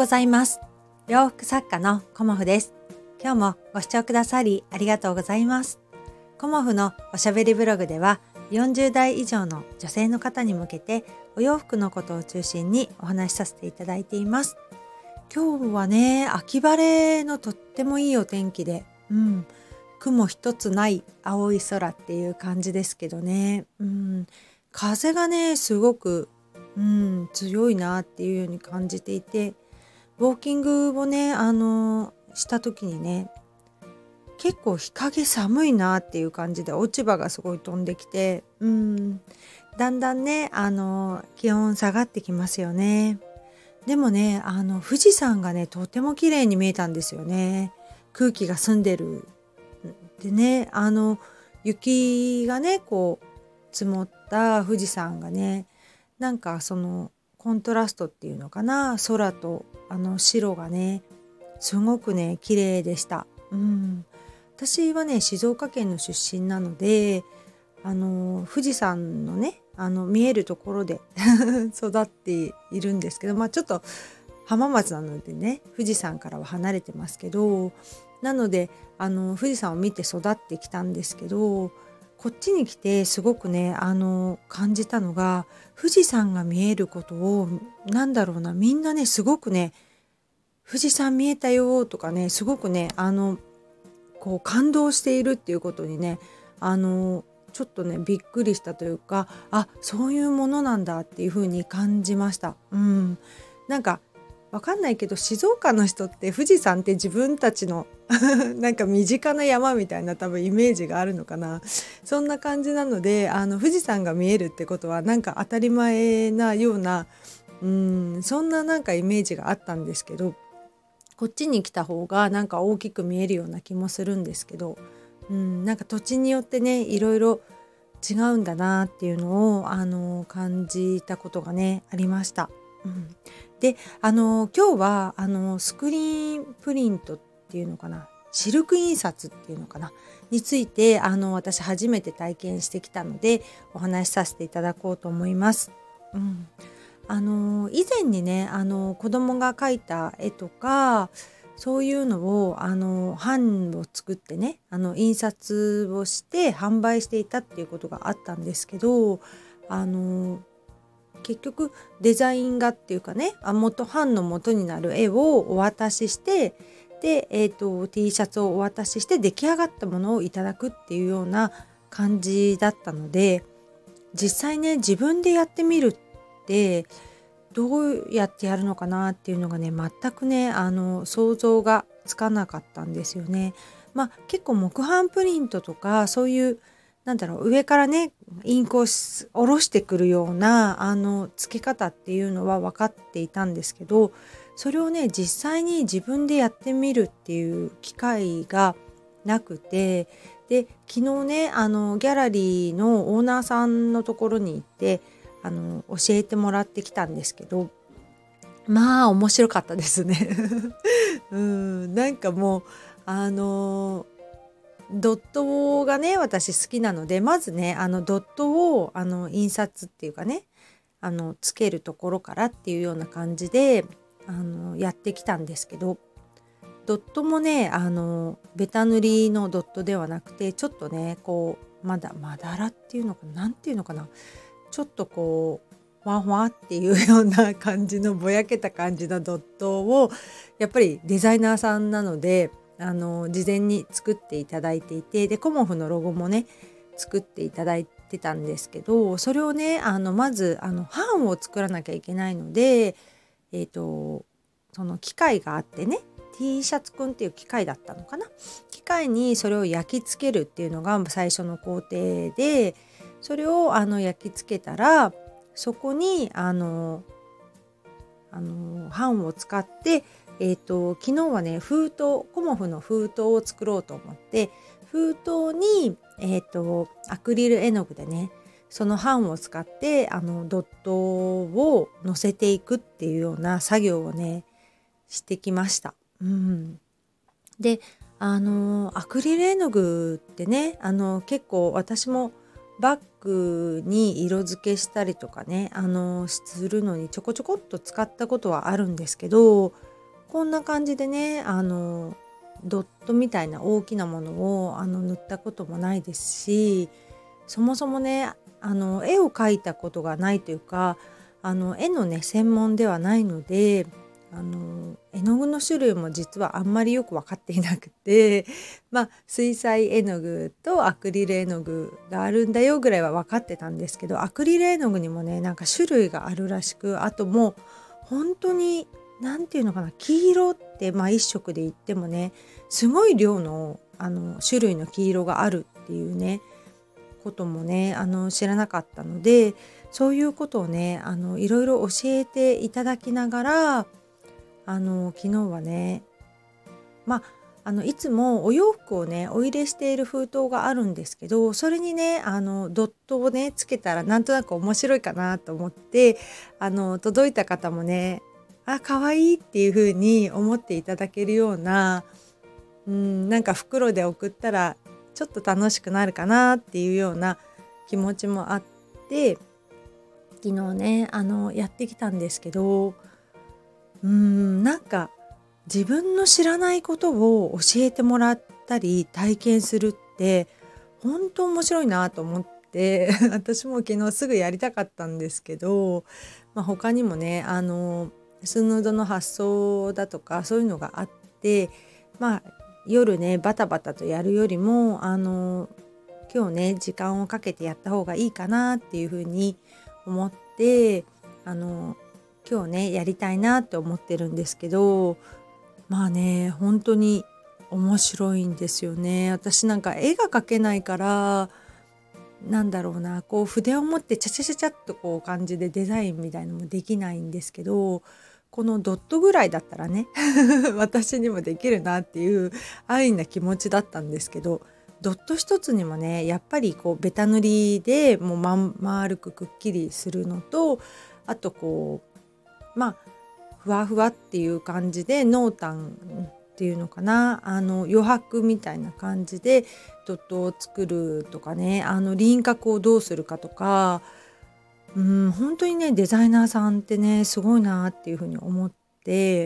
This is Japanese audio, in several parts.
ございます。洋服作家のコモフです。今日もご視聴くださりありがとうございます。コモフのおしゃべりブログでは40代以上の女性の方に向けてお洋服のことを中心にお話しさせていただいています。今日はね、秋晴れのとってもいいお天気で、雲一つない青い空っていう感じですけどね、風がねすごく、強いなっていうように感じていて、ウォーキングをねした時にね、結構日陰寒いなっていう感じで落ち葉がすごい飛んできて、だんだんね気温下がってきますよね。でもね富士山がねとても綺麗に見えたんですよね。空気が澄んでるでね、雪がねこう積もった富士山がね、なんかそのコントラストっていうのかな、空と白がねすごくね綺麗でした。私はね静岡県の出身なので、富士山のね見えるところで育っているんですけど、ちょっと浜松なのでね富士山からは離れてますけど、なので富士山を見て育ってきたんですけど、こっちに来てすごくね感じたのが、富士山が見えることをみんなねすごくね、富士山見えたよとかね、すごくねこう感動しているっていうことにねちょっとねびっくりしたというか、そういうものなんだっていう風に感じました。なんかわかんないけど、静岡の人って富士山って自分たちのなんか身近な山みたいな多分イメージがあるのかな。そんな感じなので富士山が見えるってことはなんか当たり前なような、そんななんかイメージがあったんですけど、こっちに来た方がなんか大きく見えるような気もするんですけど、なんか土地によってねいろいろ違うんだなっていうのを感じたことがねありました。で今日はスクリーンプリントっていうのかな、シルク印刷っていうのかなについて私初めて体験してきたのでお話しさせていただこうと思います。以前にね子供が描いた絵とかそういうのを版を作ってね印刷をして販売していたっていうことがあったんですけど、結局デザイン画っていうかね版の元になる絵をお渡しして、で、T シャツをお渡しして出来上がったものをいただくっていうような感じだったので、実際ね自分でやってみるってどうやってやるのかなっていうのがね全くね想像がつかなかったんですよね。結構木版プリントとかそういう上からねインクを下ろしてくるような付け方っていうのは分かっていたんですけど、それをね実際に自分でやってみるっていう機会がなくて、で昨日ねギャラリーのオーナーさんのところに行って教えてもらってきたんですけど、面白かったですね。なんかもうドットがね私好きなので、まずねドットを印刷っていうかねつけるところからっていうような感じでやってきたんですけど、ドットもねベタ塗りのドットではなくて、ちょっとねこうまだらっていうのかな、なんていうのかな、ちょっとこうふわふわっていうような感じのぼやけた感じのドットをやっぱりデザイナーさんなので事前に作っていただいていて、でコモフのロゴもね作っていただいてたんですけど、それをねまず版を作らなきゃいけないので、その機械があってね、 T シャツくんっていう機械だったのかな、機械にそれを焼き付けるっていうのが最初の工程で、それを焼き付けたらそこに版を使って、昨日はねコモフの封筒を作ろうと思って、封筒に、アクリル絵の具でねその版を使ってドットを乗せていくっていうような作業をねしてきました。でアクリル絵の具ってね結構私もバッグに色付けしたりとかねするのにちょこちょこっと使ったことはあるんですけど、 こんな感じでねドットみたいな大きなものを塗ったこともないですし、そもそもね絵を描いたことがないというか絵のね専門ではないので絵の具の種類も実はあんまりよく分かっていなくて水彩絵の具とアクリル絵の具があるんだよぐらいは分かってたんですけど、アクリル絵の具にもねなんか種類があるらしく、あともう本当になんていうのかな、黄色って一色で言ってもねすごい量の種類の黄色があるっていうねこともね知らなかったので、そういうことをねいろいろ教えていただきながら昨日はねいつもお洋服をねお入れしている封筒があるんですけど、それにねドットをねつけたらなんとなく面白いかなと思って届いた方もね可愛いっていう風に思っていただけるようななんか袋で送ったらちょっと楽しくなるかなっていうような気持ちもあって、昨日ねやってきたんですけど、なんか自分の知らないことを教えてもらったり体験するって本当面白いなと思って私も昨日すぐやりたかったんですけど、他にもねスヌードの発想だとかそういうのがあって、夜ねバタバタとやるよりも今日ね時間をかけてやった方がいいかなっていうふうに思って今日ねやりたいなって思ってるんですけど、本当に面白いんですよね。私なんか絵が描けないからなんだろうな、こう筆を持ってチャチャチャチャっとこう感じでデザインみたいのもできないんですけど、このドットぐらいだったらね私にもできるなっていう安易な気持ちだったんですけど、ドット一つにもねやっぱりこうベタ塗りでもう丸くくっきりするのと、あとこうふわふわっていう感じで濃淡っていうのかな、余白みたいな感じでドットを作るとかね、輪郭をどうするかとか、本当にねデザイナーさんってねすごいなっていうふうに思って、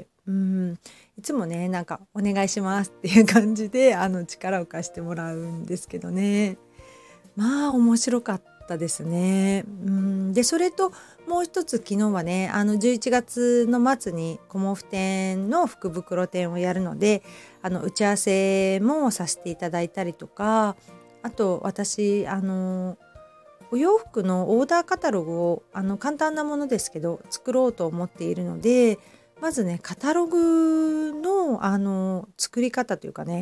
いつもねなんかお願いしますっていう感じで力を貸してもらうんですけどね、面白かったですね。でそれともう一つ昨日はね11月の末にコモフ展の福袋展をやるので打ち合わせもさせていただいたりとか、あと私お洋服のオーダーカタログを簡単なものですけど作ろうと思っているので、まずねカタログの作り方というかね、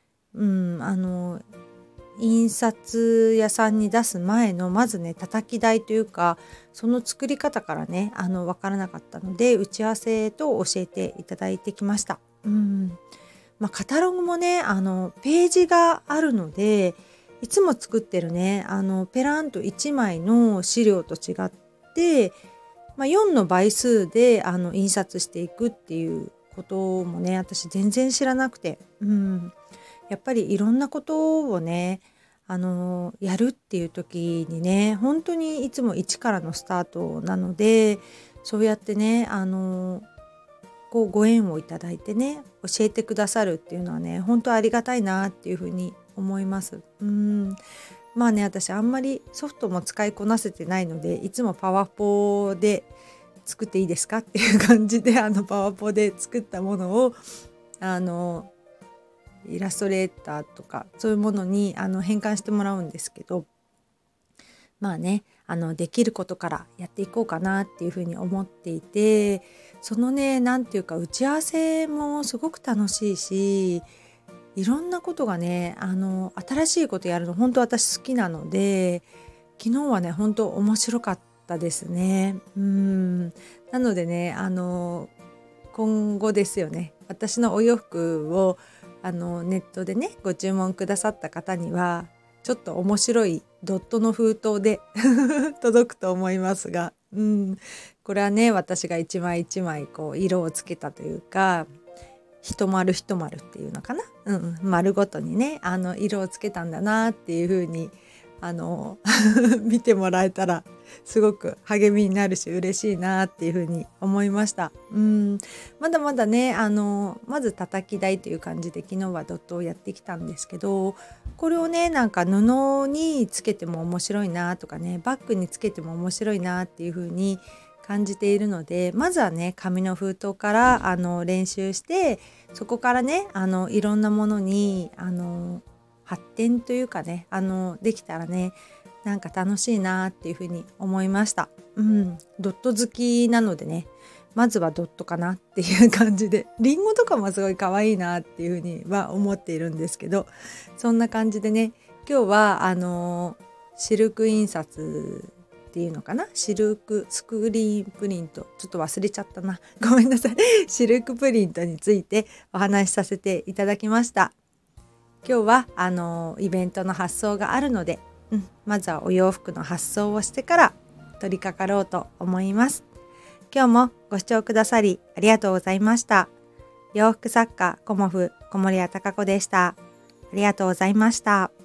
印刷屋さんに出す前のまずね叩き台というかその作り方からね分からなかったので打ち合わせと教えていただいてきました。カタログもねページがあるので、いつも作ってるねペランと1枚の資料と違って、4の倍数で印刷していくっていうこともね私全然知らなくて、やっぱりいろんなことをねやるっていう時にね本当にいつも一からのスタートなので、そうやってねこうご縁をいただいてね教えてくださるっていうのはね本当ありがたいなっていうふうに思います。私あんまりソフトも使いこなせてないのでいつもパワポで作っていいですかっていう感じでパワポで作ったものをイラストレーターとかそういうものに変換してもらうんですけど、できることからやっていこうかなっていうふうに思っていて、そのねなんていうか打ち合わせもすごく楽しいし、いろんなことがね新しいことやるの本当私好きなので、昨日はね本当面白かったですね。なのでね今後ですよね、私のお洋服をネットでねご注文くださった方にはちょっと面白いドットの封筒で届くと思いますが、これはね私が一枚一枚こう色をつけたというか、一丸一丸っていうのかな、丸ごとにね色をつけたんだなっていう風に見てもらえたらすごく励みになるし嬉しいなっていうふうに思いました。まだまだねまず叩き台という感じで昨日はドットをやってきたんですけど、これをねなんか布につけても面白いなとかね、バッグにつけても面白いなっていうふうに感じているので、まずはね紙の封筒から練習して、そこからねいろんなものに発展というかねできたらねなんか楽しいなっていうふうに思いました。ドット好きなのでね、まずはドットかなっていう感じで、リンゴとかもすごい可愛いなっていうふうには思っているんですけど、そんな感じでね今日はシルク印刷っていうのかな、シルクスクリーンプリント、ちょっと忘れちゃったな、ごめんなさいシルクプリントについてお話しさせていただきました。今日はイベントの発送があるので、まずはお洋服の発送をしてから取り掛かろうと思います。今日もご視聴くださりありがとうございました。洋服作家コモフ小森屋隆子でした。ありがとうございました。